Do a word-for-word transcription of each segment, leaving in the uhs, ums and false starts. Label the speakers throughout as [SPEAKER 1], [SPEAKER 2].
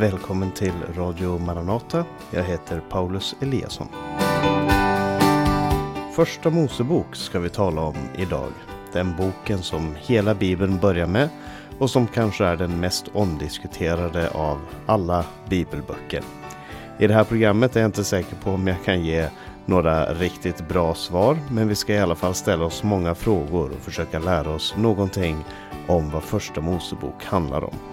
[SPEAKER 1] välkommen till Radio Maranata. Jag heter Paulus Eliasson. Första Mosebok ska vi tala om idag. Den boken som hela Bibeln börjar med och som kanske är den mest omdiskuterade av alla bibelböcker. I det här programmet är jag inte säker på om jag kan ge några riktigt bra svar, men vi ska i alla fall ställa oss många frågor och försöka lära oss någonting om vad Första Mosebok handlar om.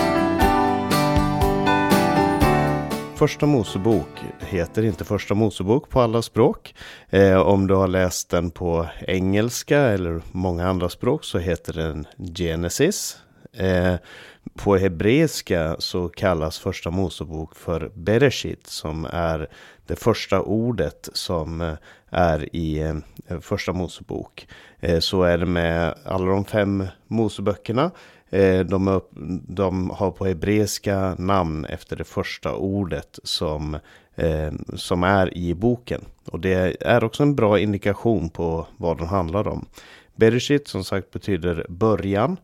[SPEAKER 1] Första Mosebok heter inte Första Mosebok på alla språk. Eh, om du har läst den på engelska eller många andra språk så heter den Genesis. Eh, på hebreiska så kallas Första Mosebok för Bereshit, som är det första ordet som är i eh, Första Mosebok. Eh, så är det med alla de fem Moseböckerna. De, upp, de har på hebreiska namn efter det första ordet som, eh, som är i boken. Och det är också en bra indikation på vad den handlar om. Bereshit som sagt betyder början.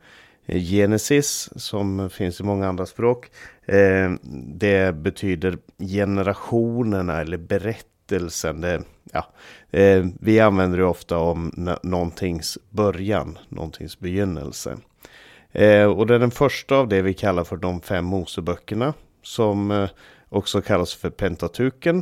[SPEAKER 1] Genesis som finns i många andra språk. Eh, det betyder generationerna eller berättelsen. Det, ja, eh, vi använder det ofta om n- någontings början, någontings begynnelse. Eh, och det är den första av det vi kallar för de fem Moseböckerna, som eh, också kallas för Pentatuken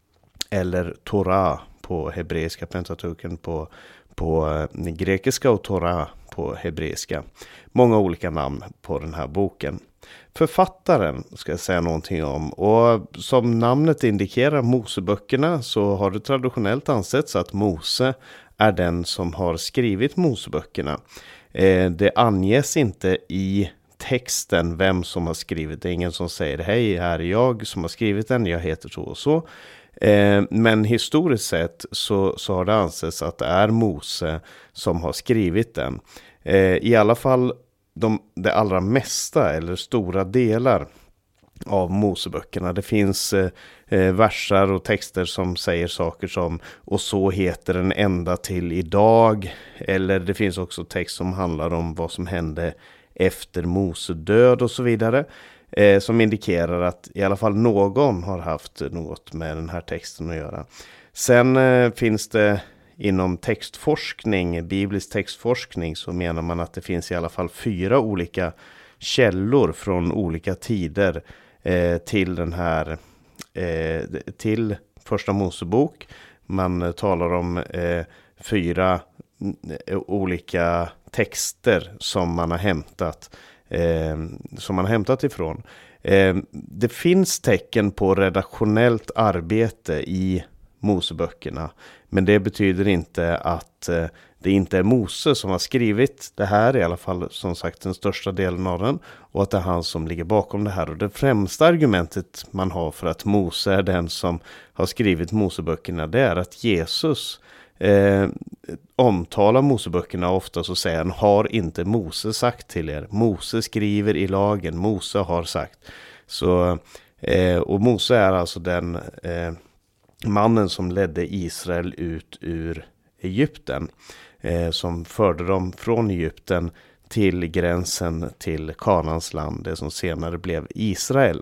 [SPEAKER 1] eller Torah på hebreiska, Pentatuken på, på eh, grekiska och Torah på hebreiska. Många olika namn på den här boken. Författaren ska jag säga någonting om, och som namnet indikerar, Moseböckerna, så har det traditionellt ansetts att Mose är den som har skrivit Moseböckerna. Eh, det anges inte i texten vem som har skrivit. Det är ingen som säger hej, här är jag som har skrivit den, jag heter så och så. Eh, men historiskt sett så, så har det ansetts att det är Mose som har skrivit den. Eh, I alla fall de, det allra mesta eller stora delar av Moseböckerna. Det finns eh, versar och texter som säger saker som och så heter den ända till idag. Eller det finns också text som handlar om vad som hände efter Mose död och så vidare. Eh, som indikerar att i alla fall någon har haft något med den här texten att göra. Sen eh, finns det inom textforskning, biblisk textforskning, så menar man att det finns i alla fall fyra olika källor från olika tider eh, till den här eh, till Första Mosebok. Man eh, talar om eh, fyra eh, olika texter som man har hämtat eh, som man har hämtat ifrån. Eh, det finns tecken på redaktionellt arbete i Moseböckerna, men det betyder inte att eh, det inte är Mose som har skrivit det här, i alla fall som sagt den största delen av den, och att det är han som ligger bakom det här. Och det främsta argumentet man har för att Mose är den som har skrivit Moseböckerna, det är att Jesus eh, omtalar Moseböckerna ofta, så säger han, har inte Mose sagt till er? Mose skriver i lagen, Mose har sagt. Så, eh, och Mose är alltså den eh, mannen som ledde Israel ut ur Egypten, eh, som förde dem från Egypten till gränsen till Kanans land, det som senare blev Israel.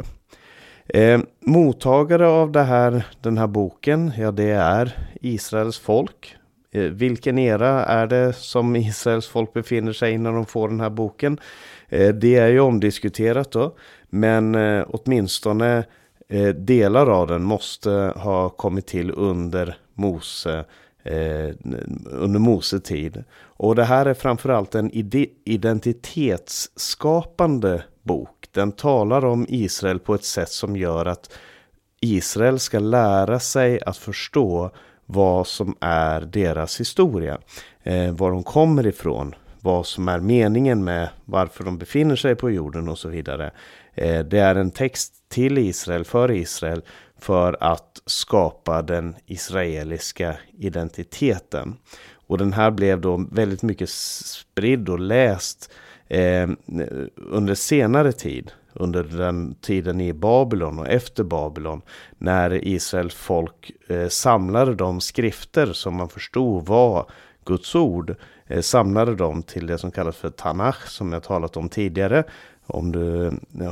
[SPEAKER 1] Eh, mottagare av det här, den här boken, ja, det är Israels folk. Eh, vilken era är det som Israels folk befinner sig i när de får den här boken? Eh, det är ju omdiskuterat då, men eh, åtminstone eh, delar av den måste ha kommit till under Mose Eh, under Mose tid. Och det här är framförallt en ide- identitetsskapande bok. Den talar om Israel på ett sätt som gör att Israel ska lära sig att förstå vad som är deras historia. Eh, var de kommer ifrån, vad som är meningen med varför de befinner sig på jorden och så vidare. Eh, det är en text till Israel, för Israel, för att skapa den israeliska identiteten. Och den här blev då väldigt mycket spridd och läst eh, under senare tid, under den tiden i Babylon och efter Babylon, när Israels folk eh, samlade de skrifter som man förstod var Guds ord, eh, samlade dem till det som kallas för Tanach, som jag talat om tidigare. Om du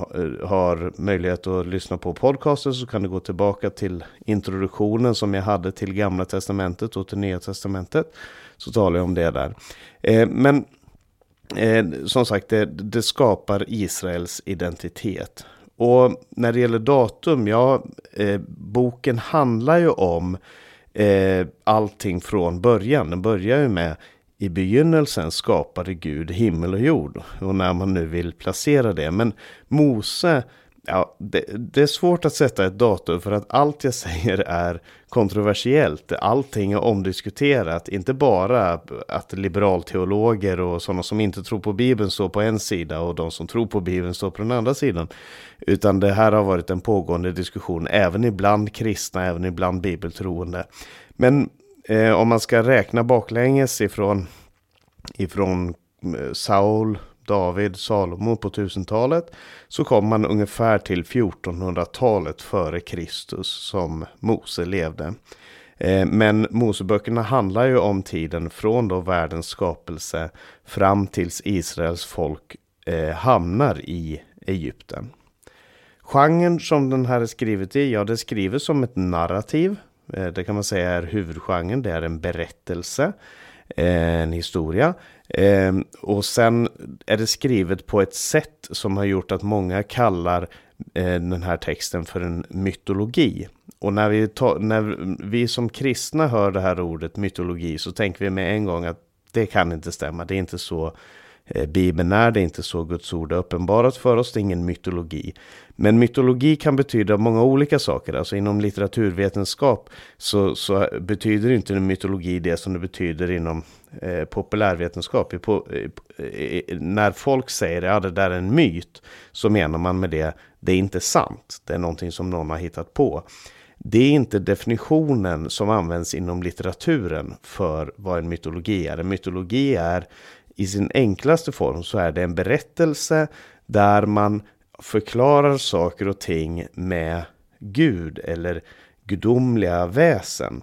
[SPEAKER 1] har möjlighet att lyssna på podcasten så kan du gå tillbaka till introduktionen som jag hade till Gamla testamentet och till Nya testamentet. Så talar jag om det där. Eh, men eh, som sagt, det, det skapar Israels identitet. Och när det gäller datum, ja, eh, boken handlar ju om eh, allting från början. Den börjar ju med: i begynnelsen skapade Gud himmel och jord. Och när man nu vill placera det. Men Mose, ja, det, det är svårt att sätta ett datum för att allt jag säger är kontroversiellt. Allting är omdiskuterat. Inte bara att liberalteologer och sådana som inte tror på Bibeln står på en sida och de som tror på Bibeln står på den andra sidan. Utan det här har varit en pågående diskussion även ibland kristna, även ibland bibeltroende. Men Eh, om man ska räkna baklänges ifrån, ifrån Saul, David, Salomo på tusentalet, så kommer man ungefär till fjortonhundratalet före Kristus som Mose levde. Eh, men Moseböckerna handlar ju om tiden från då världens skapelse fram tills Israels folk eh, hamnar i Egypten. Genren som den här är skrivet i, ja, det skriver som ett narrativ. Det kan man säga är huvudgenren. Det är en berättelse, en historia. Och sen är det skrivet på ett sätt som har gjort att många kallar den här texten för en mytologi. Och när vi, ta, när vi som kristna hör det här ordet mytologi så tänker vi med en gång att det kan inte stämma. Det är inte så Bibeln är, det är inte så Guds ord är uppenbarat för oss, det är ingen mytologi. Men mytologi kan betyda många olika saker. Alltså inom litteraturvetenskap så, så betyder inte en mytologi det som det betyder inom eh, populärvetenskap. På, eh, när folk säger att ja, det där är en myt, så menar man med det, det är inte sant. Det är någonting som någon har hittat på. Det är inte definitionen som används inom litteraturen för vad en mytologi är. En mytologi är i sin enklaste form så är det en berättelse där man förklarar saker och ting med Gud eller gudomliga väsen.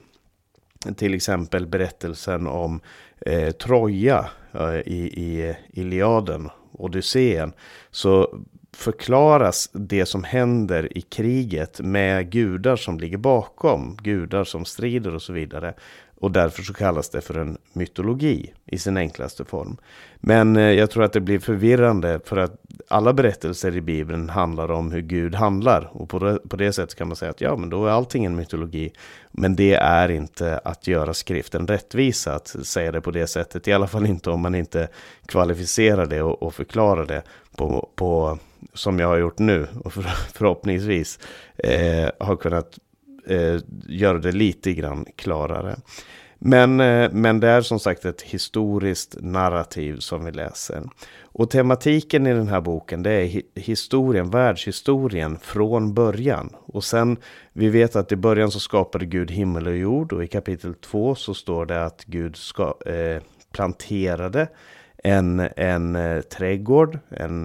[SPEAKER 1] Till exempel berättelsen om eh, Troja eh, i, i Iliaden, Odysseen, så förklaras det som händer i kriget med gudar som ligger bakom, gudar som strider och så vidare. Och därför så kallas det för en mytologi i sin enklaste form. Men eh, jag tror att det blir förvirrande för att alla berättelser i Bibeln handlar om hur Gud handlar. Och på det, på det sättet kan man säga att ja, men då är allting en mytologi. Men det är inte att göra skriften rättvisa att säga det på det sättet. I alla fall inte om man inte kvalificerar det och, och förklarar det på, på, som jag har gjort nu. Och för, förhoppningsvis eh, har kunnat Eh, gör det lite grann klarare. Men, eh, men det är som sagt ett historiskt narrativ som vi läser. Och tematiken i den här boken, det är hi- historien, världshistorien från början. Och sen, vi vet att i början så skapade Gud himmel och jord, och i kapitel två så står det att Gud ska, eh, planterade en, en eh, trädgård, en,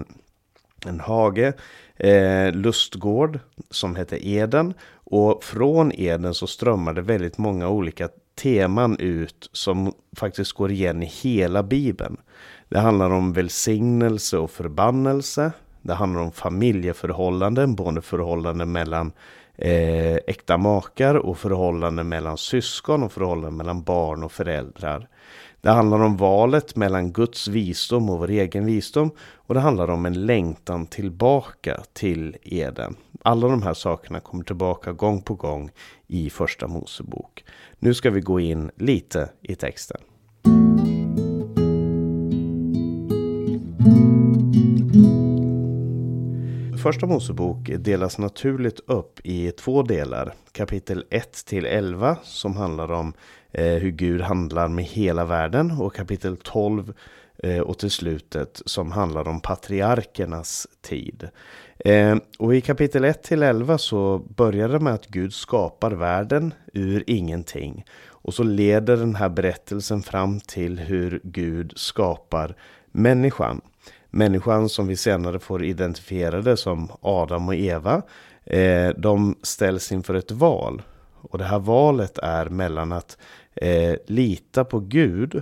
[SPEAKER 1] en hage, eh, lustgård som heter Eden. Och från Eden så strömmar det väldigt många olika teman ut som faktiskt går igen i hela Bibeln. Det handlar om välsignelse och förbannelse. Det handlar om familjeförhållanden, både förhållanden mellan eh, äkta makar och förhållanden mellan syskon och förhållanden mellan barn och föräldrar. Det handlar om valet mellan Guds visdom och vår egen visdom, och det handlar om en längtan tillbaka till Eden. Alla de här sakerna kommer tillbaka gång på gång i Första Mosebok. Nu ska vi gå in lite i texten. Första Mosebok delas naturligt upp i två delar. Kapitel ett till elva som handlar om eh, hur Gud handlar med hela världen, och kapitel tolv eh, och till slutet som handlar om patriarkernas tid. Eh, och i kapitel ett till elva så börjar det med att Gud skapar världen ur ingenting. Och så leder den här berättelsen fram till hur Gud skapar människan. Människan som vi senare får identifierade som Adam och Eva, eh, de ställs inför ett val. Och det här valet är mellan att eh, lita på Gud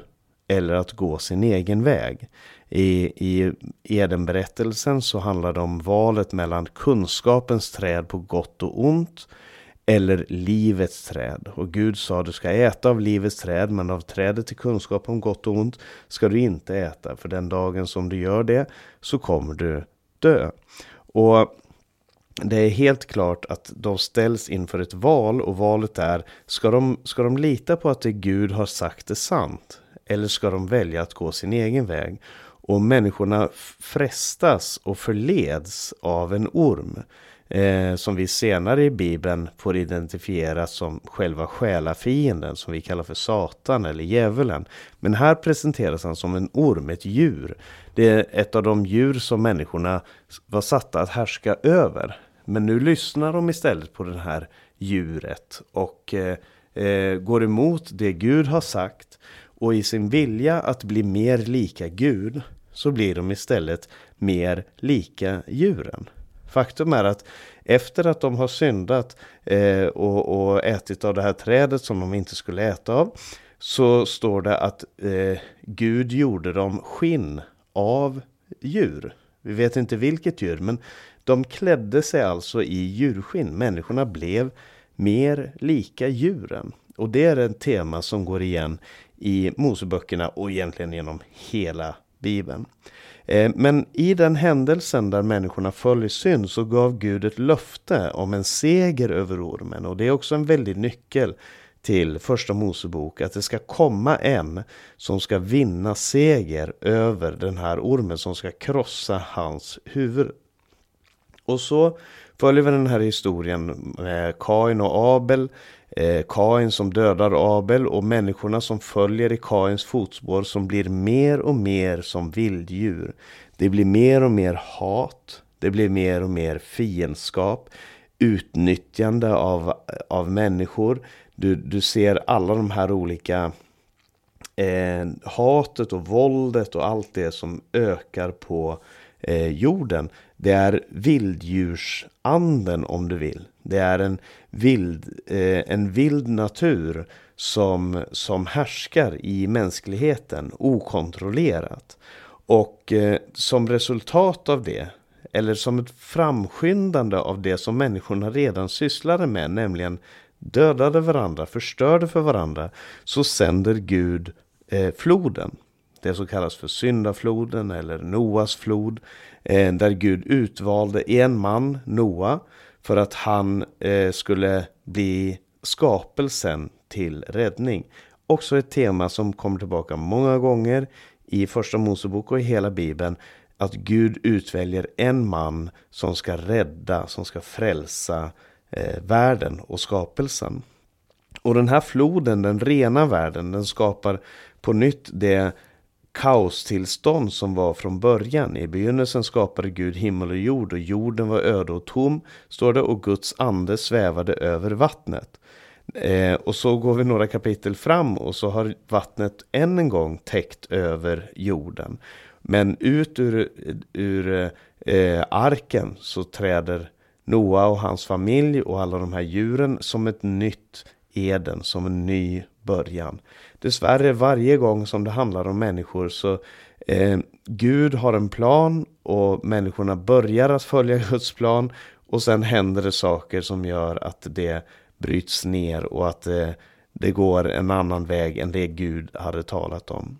[SPEAKER 1] eller att gå sin egen väg. I, i Edenberättelsen så handlar det om valet mellan kunskapens träd på gott och ont eller livets träd. Och Gud sa, du ska äta av livets träd, men av trädet till kunskap om gott och ont ska du inte äta. För den dagen som du gör det så kommer du dö. Och det är helt klart att de ställs inför ett val, och valet är, ska de, ska de lita på att det Gud har sagt är sant? Eller ska de välja att gå sin egen väg? Och människorna frestas och förleds av en orm. Eh, som vi senare i Bibeln får identifiera som själva själafienden, som vi kallar för Satan eller djävulen. Men här presenteras han som en orm, ett djur. Det är ett av de djur som människorna var satta att härska över. Men nu lyssnar de istället på det här djuret och eh, eh, går emot det Gud har sagt. Och i sin vilja att bli mer lika Gud så blir de istället mer lika djuren. Faktum är att efter att de har syndat eh, och, och ätit av det här trädet som de inte skulle äta av, så står det att eh, Gud gjorde dem skinn av djur. Vi vet inte vilket djur, men de klädde sig alltså i djurskinn. Människorna blev mer lika djuren. Och det är ett tema som går igen i Moseböckerna och egentligen genom hela Bibeln. Men i den händelsen där människorna föll i synd så gav Gud ett löfte om en seger över ormen. Och det är också en väldig nyckel till första Mosebok, att det ska komma en som ska vinna seger över den här ormen, som ska krossa hans huvud. Och så följer vi den här historien med Kain och Abel. Eh, Kain som dödar Abel och människorna som följer i Kains fotspår, som blir mer och mer som vilddjur. Det blir mer och mer hat, det blir mer och mer fiendskap, utnyttjande av, av människor. Du, du ser alla de här olika eh, hatet och våldet och allt det som ökar på eh, jorden. Det är vilddjursanden, om du vill. Det är en vild, eh, en vild natur som, som härskar i mänskligheten okontrollerat. Och eh, som resultat av det, eller som ett framskyndande av det som människorna redan sysslade med, nämligen dödade varandra, förstörde för varandra, så sänder Gud eh, floden. Det som kallas för syndafloden eller Noas flod, eh, där Gud utvalde en man, Noa, för att han eh, skulle bli skapelsen till räddning. Också ett tema som kommer tillbaka många gånger i första Mosebok och i hela Bibeln, att Gud utväljer en man som ska rädda, som ska frälsa eh, världen och skapelsen. Och den här floden, den rena världen, den skapar på nytt det kaostillstånd som var från början. I begynnelsen skapade Gud himmel och jord, och jorden var öde och tom, står det, och Guds ande svävade över vattnet. Eh, och så går vi några kapitel fram och så har vattnet än en gång täckt över jorden. Men ut ur, ur eh, arken så träder Noa och hans familj och alla de här djuren som ett nytt Eden, som en ny början. Dessvärre varje gång som det handlar om människor så eh, Gud har en plan och människorna börjar att följa Guds plan, och sen händer det saker som gör att det bryts ner och att eh, det går en annan väg än det Gud hade talat om.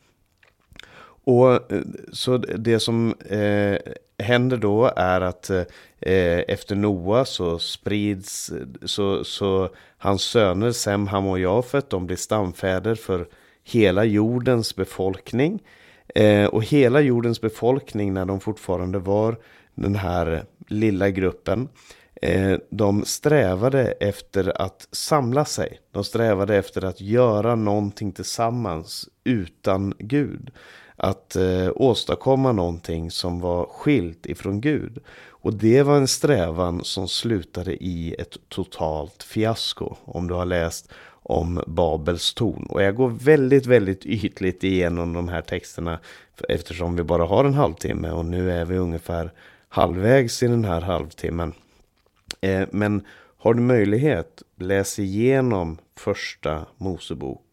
[SPEAKER 1] Och så det som eh, händer då är att eh, efter Noa så sprids så, så hans söner Sem, Ham och Jafet, de blir stamfäder för hela jordens befolkning. Eh, och hela jordens befolkning, när de fortfarande var den här lilla gruppen, eh, de strävade efter att samla sig. De strävade efter att göra någonting tillsammans utan Gud. Att eh, åstadkomma någonting som var skilt ifrån Gud. Och det var en strävan som slutade i ett totalt fiasko, om du har läst om Babels torn. Och jag går väldigt, väldigt ytligt igenom de här texterna eftersom vi bara har en halvtimme, och nu är vi ungefär halvvägs i den här halvtimmen. Eh, men har du möjlighet, läs igenom första Mosebok.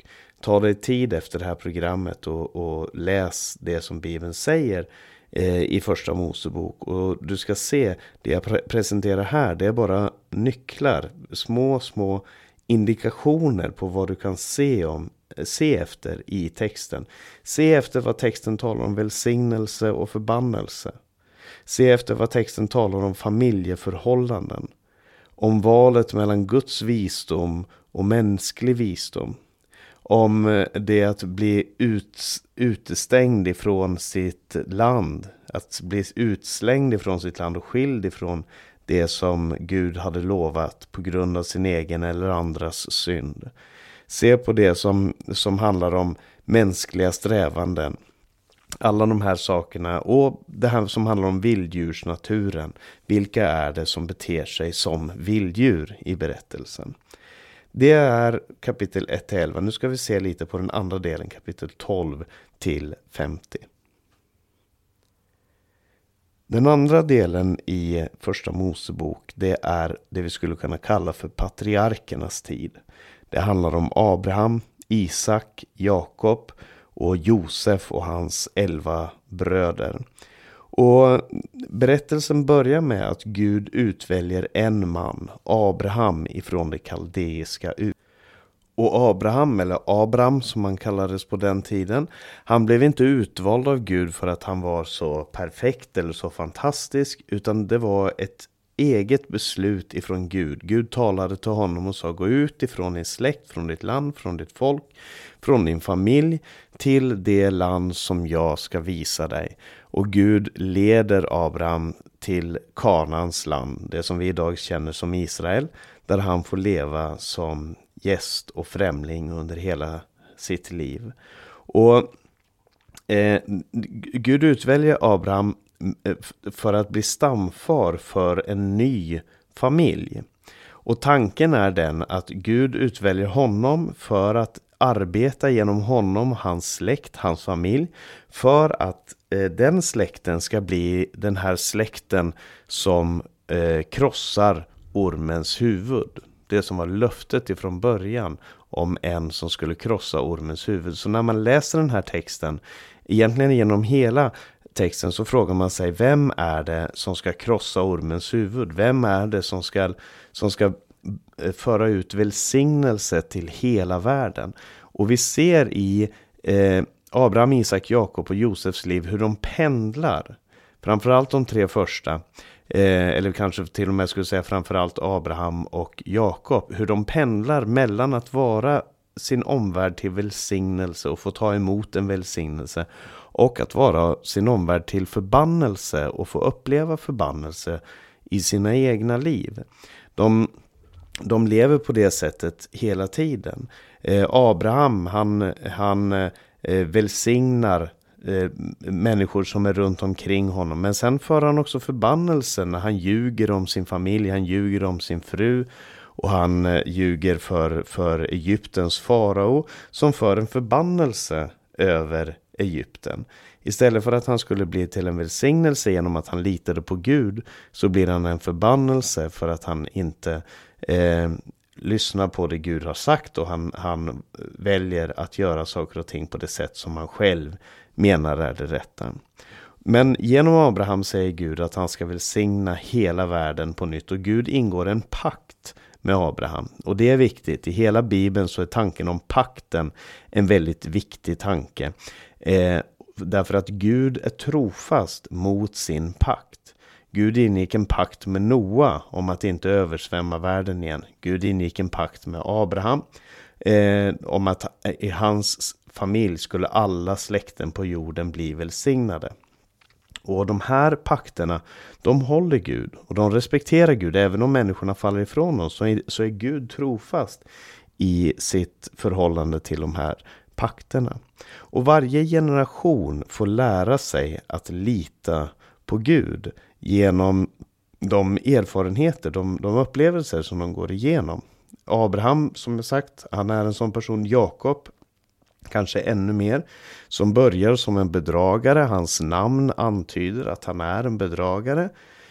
[SPEAKER 1] ta dig tid efter det här programmet och, och läs det som Bibeln säger eh, i första Mosebok. Och du ska se, det jag pre- presenterar här, det är bara nycklar, små, små indikationer på vad du kan se om se efter i texten. Se efter vad texten talar om välsignelse och förbannelse. Se efter vad texten talar om familjeförhållanden. Om valet mellan Guds visdom och mänsklig visdom. Om det att bli ut, utestängd ifrån sitt land. Att bli utslängd ifrån sitt land och skild ifrån det som Gud hade lovat på grund av sin egen eller andras synd. Se på det som, som handlar om mänskliga strävanden. Alla de här sakerna och det här som handlar om vilddjursnaturen. Vilka är det som beter sig som vilddjur i berättelsen? Det är kapitel ett till elva. Nu ska vi se lite på den andra delen, kapitel tolv till femtio. Den andra delen i första Mosebok, det är det vi skulle kunna kalla för patriarkernas tid. Det handlar om Abraham, Isak, Jakob och Josef och hans elva bröder. Och berättelsen börjar med att Gud utväljer en man, Abraham, ifrån det kaldeiska ut. Och Abraham, eller Abram som man kallades på den tiden, han blev inte utvald av Gud för att han var så perfekt eller så fantastisk, utan det var ett eget beslut ifrån Gud. Gud talade till honom och sa: gå ut ifrån din släkt, från ditt land, från ditt folk, från din familj till det land som jag ska visa dig. Och Gud leder Abraham till Kanaans land, det som vi idag känner som Israel, där han får leva som gäst och främling under hela sitt liv. Och eh, Gud utväljer Abraham för att bli stamfar för en ny familj. Och tanken är den att Gud utväljer honom för att arbeta genom honom, hans släkt, hans familj, för att eh, den släkten ska bli den här släkten som eh, krossar ormens huvud. Det som var löftet ifrån början om en som skulle krossa ormens huvud. Så när man läser den här texten, egentligen genom hela texten, så frågar man sig: vem är det som ska krossa ormens huvud? Vem är det som ska, som ska föra ut välsignelse till hela världen? Och vi ser i eh, Abraham, Isak, Jakob och Josefs liv hur de pendlar. Framförallt de tre första, eh, eller kanske till och med skulle säga framförallt Abraham och Jakob, hur de pendlar mellan att vara sin omvärld till välsignelse och få ta emot en välsignelse, och att vara sin omvärld till förbannelse och få uppleva förbannelse i sina egna liv. De, de lever på det sättet hela tiden. Eh, Abraham, han, han eh, välsignar eh, människor som är runt omkring honom. Men sen för han också förbannelse när han ljuger om sin familj, han ljuger om sin fru. Och han eh, ljuger för, för Egyptens farao, som för en förbannelse över Egypten. Istället för att han skulle bli till en välsignelse genom att han litade på Gud, så blir han en förbannelse för att han inte eh, lyssnar på det Gud har sagt, och han, han väljer att göra saker och ting på det sätt som han själv menar är det rätta. Men genom Abraham säger Gud att han ska välsigna hela världen på nytt, och Gud ingår en pakt med Abraham. Och det är viktigt. I hela Bibeln så är tanken om pakten en väldigt viktig tanke. Eh, därför att Gud är trofast mot sin pakt. Gud ingick en pakt med Noa om att inte översvämma världen igen. Gud ingick en pakt med Abraham eh, om att i hans familj skulle alla släkten på jorden bli välsignade. Och de här pakterna, de håller Gud och de respekterar Gud. Även om människorna faller ifrån oss, så är, så är Gud trofast i sitt förhållande till de här pakterna. Och varje generation får lära sig att lita på Gud genom de erfarenheter, de, de upplevelser som de går igenom. Abraham, som jag sagt, han är en sån person. Jakob, kanske ännu mer, som börjar som en bedragare. Hans namn antyder att han är en bedragare.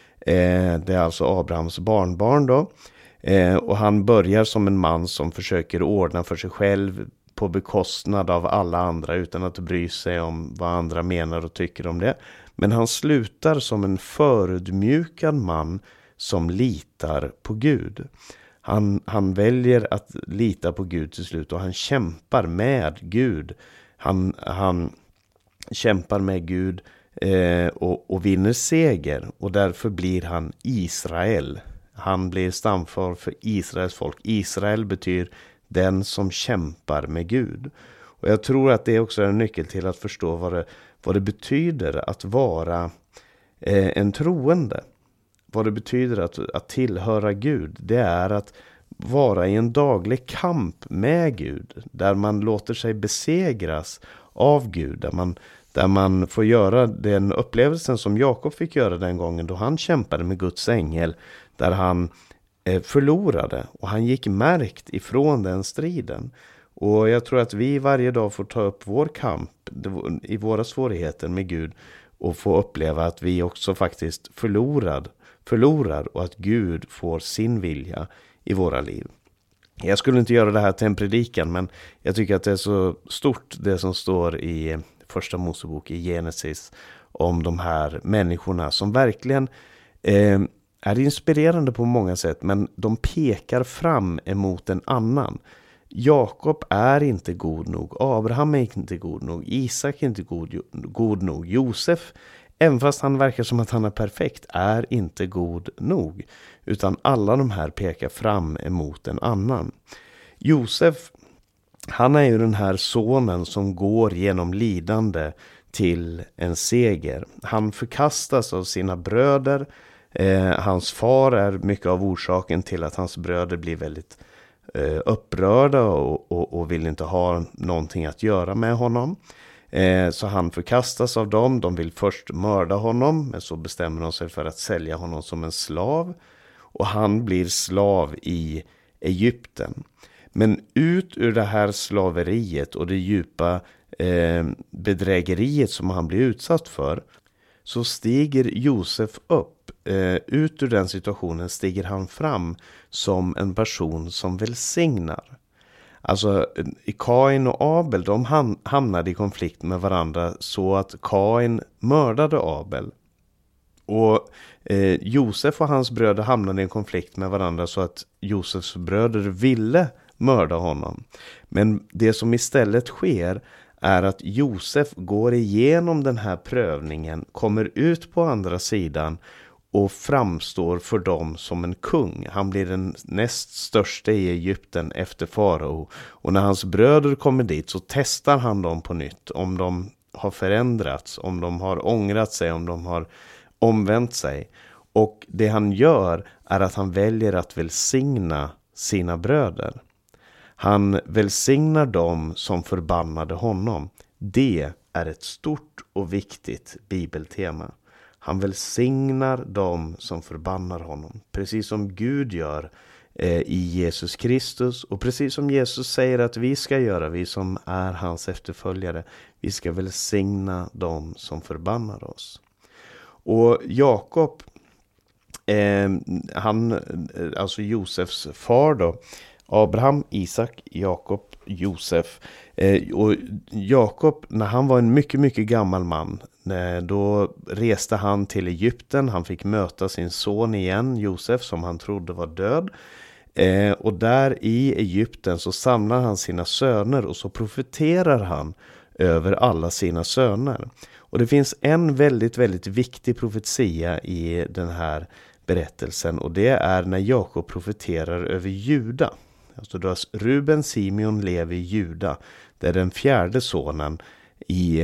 [SPEAKER 1] Eh, det är alltså Abrahams barnbarn då. Eh, och han börjar som en man som försöker ordna för sig själv på bekostnad av alla andra utan att bry sig om vad andra menar och tycker om det. Men han slutar som en förödmjukad man som litar på Gud. Han, han väljer att lita på Gud till slut och han kämpar med Gud. Han, han kämpar med Gud eh, och, och vinner seger, och därför blir han Israel. Han blir stamfar för Israels folk. Israel betyder den som kämpar med Gud. Och jag tror att det också är en nyckel till att förstå vad det, vad det betyder att vara eh, en troende. Vad det betyder att, att tillhöra Gud. Det är att vara i en daglig kamp med Gud. Där man låter sig besegras av Gud. Där man, där man får göra den upplevelsen som Jakob fick göra den gången då han kämpade med Guds ängel. Där han eh, förlorade och han gick märkt ifrån den striden. Och jag tror att vi varje dag får ta upp vår kamp i våra svårigheter med Gud. Och få uppleva att vi också faktiskt förlorad, förlorar och att Gud får sin vilja i våra liv. Jag skulle inte göra det här till en predikan, men jag tycker att det är så stort det som står i första Mosebok i Genesis om de här människorna som verkligen eh, är inspirerande på många sätt, men de pekar fram emot en annan. Jakob är inte god nog, Abraham är inte god nog, Isak är inte god, god nog, Josef, även fast han verkar som att han är perfekt, är inte god nog. Utan alla de här pekar fram emot en annan. Josef, han är ju den här sonen som går genom lidande till en seger. Han förkastas av sina bröder. Eh, hans far är mycket av orsaken till att hans bröder blir väldigt eh, upprörda och, och, och vill inte ha någonting att göra med honom. Eh, så han förkastas av dem. De vill först mörda honom, men så bestämmer de sig för att sälja honom som en slav. Och han blir slav i Egypten. Men ut ur det här slaveriet och det djupa eh, bedrägeriet som han blir utsatt för, så stiger Josef upp. Eh, ut ur den situationen stiger han fram som en person som välsignar. Alltså Kain och Abel, de ham- hamnade i konflikt med varandra så att Kain mördade Abel. Och eh, Josef och hans bröder hamnade i en konflikt med varandra så att Josefs bröder ville mörda honom. Men det som istället sker är att Josef går igenom den här prövningen, kommer ut på andra sidan och framstår för dem som en kung. Han blir den näst största i Egypten efter farao. Och när hans bröder kommer dit så testar han dem på nytt. Om de har förändrats, om de har ångrat sig, om de har omvänt sig. Och det han gör är att han väljer att välsigna sina bröder. Han välsignar dem som förbannade honom. Det är ett stort och viktigt bibeltema. Han välsignar dem som förbannar honom. Precis som Gud gör eh, i Jesus Kristus. Och precis som Jesus säger att vi ska göra, vi som är hans efterföljare. Vi ska välsigna dem som förbannar oss. Och Jakob, eh, han, alltså Josefs far då. Abraham, Isak, Jakob, Josef. Eh, och Jakob, när han var en mycket, mycket gammal man, eh, då reste han till Egypten. Han fick möta sin son igen, Josef, som han trodde var död. Eh, och där i Egypten så samlar han sina söner och så profeterar han över alla sina söner. Och det finns en väldigt, väldigt viktig profetia i den här berättelsen, och det är när Jakob profeterar över Juda. Alltså då Ruben, Simeon, Levi, Juda. Det är den fjärde sonen i,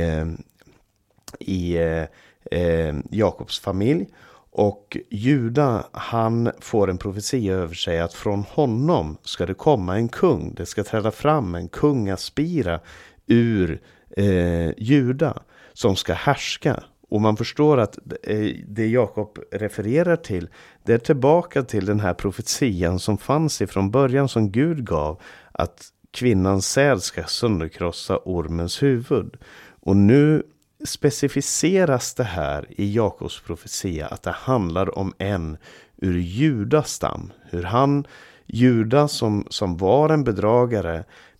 [SPEAKER 1] i eh, Jakobs familj. Och Juda, han får en profetia över sig att från honom ska det komma en kung. Det ska träda fram en kungaspira ur eh, Juda som ska härska. Och man förstår att det Jakob refererar till, det är tillbaka till den här profetian som fanns ifrån början som Gud gav, att kvinnans säd ska sönderkrossa ormens huvud. Och nu specificeras det här i Jakobs profetia att det handlar om en ur Judas stam. Hur han, Juda som, som var en bedragare,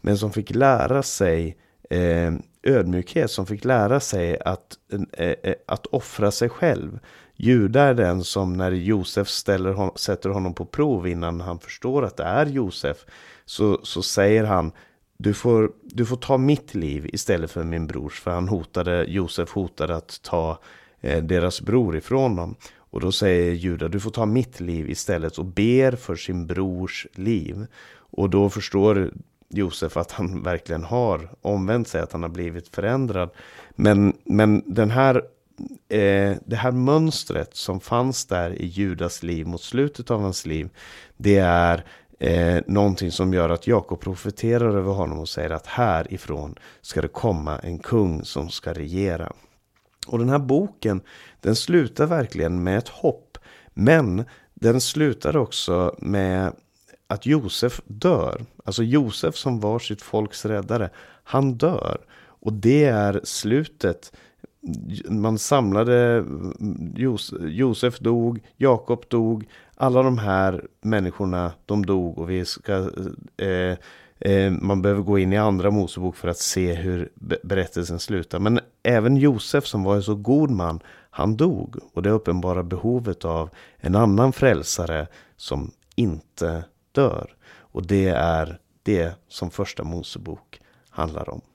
[SPEAKER 1] men som fick lära sig eh, ödmjukhet, som fick lära sig att, eh, att offra sig själv. Juda är den som när Josef ställer hon, sätter honom på prov innan han förstår att det är Josef, så, så säger han, du får, du får ta mitt liv istället för min brors, för han hotade, Josef hotade att ta eh, deras bror ifrån dem. Och då säger Juda, du får ta mitt liv istället, och ber för sin brors liv. Och då förstår Josef att han verkligen har omvänt sig, att han har blivit förändrad. Men, men den här, eh, det här mönstret som fanns där i Judas liv mot slutet av hans liv, det är eh, någonting som gör att Jakob profeterar över honom och säger att härifrån ska det komma en kung som ska regera. Och den här boken, den slutar verkligen med ett hopp, men den slutar också med att Josef dör. Alltså Josef som var sitt folks räddare, han dör. Och det är slutet. Man samlade, Josef dog, Jakob dog, alla de här människorna, de dog, och vi ska... Eh, Man behöver gå in i andra Mosebok för att se hur berättelsen slutar. Men även Josef som var en så god man, han dog. Och det uppenbara behovet av en annan frälsare som inte dör. Och det är det som första Mosebok handlar om.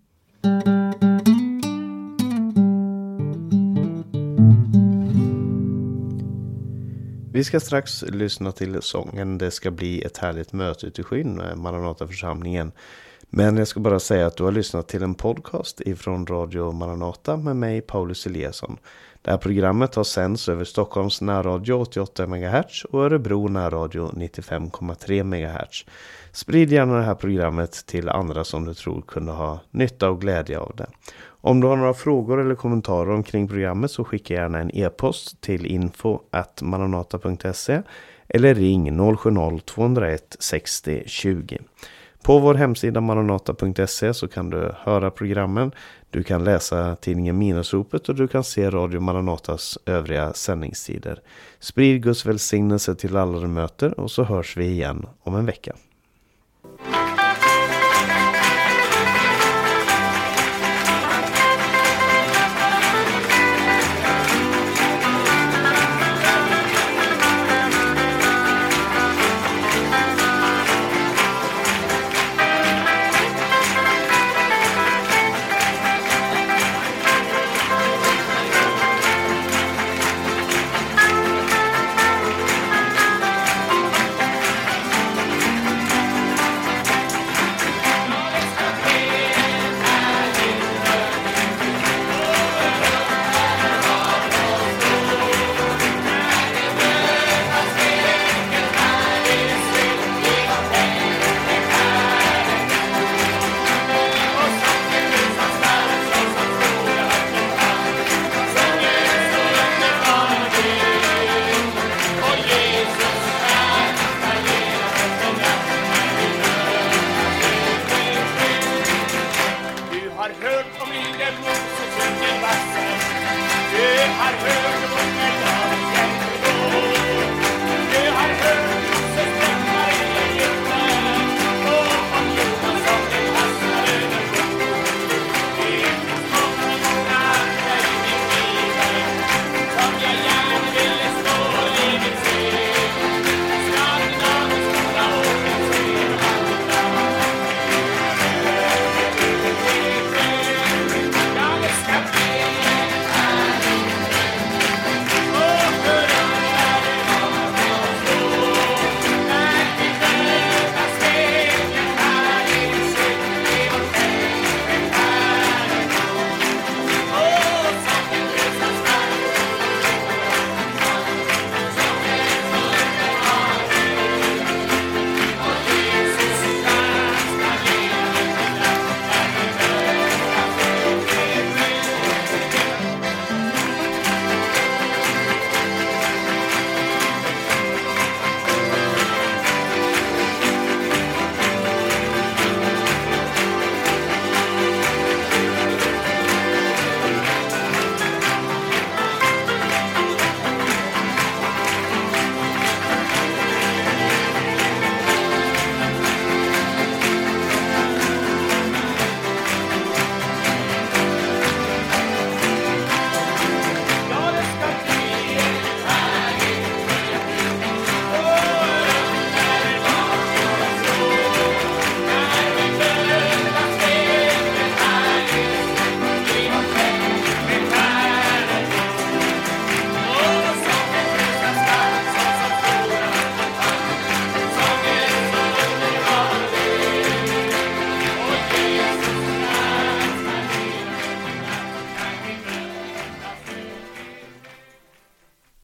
[SPEAKER 1] Vi ska strax lyssna till sången Det ska bli ett härligt möte ute i skyn med Maranata-församlingen. Men jag ska bara säga att du har lyssnat till en podcast ifrån Radio Maranata med mig, Paulus Eliasson. Det här programmet har sänds över Stockholms närradio åttioåtta megahertz och Örebro närradio nittiofem komma tre megahertz. Sprid gärna det här programmet till andra som du tror kunde ha nytta och glädje av det. Om du har några frågor eller kommentarer omkring programmet så skicka gärna en e-post till info at maranata punkt se eller ring noll sju noll två noll ett sex noll två noll. På vår hemsida maranata punkt se så kan du höra programmen, du kan läsa tidningen Minusropet och du kan se Radio Maranatas övriga sändningstider. Sprid Guds välsignelse till alla du möter och så hörs vi igen om en vecka.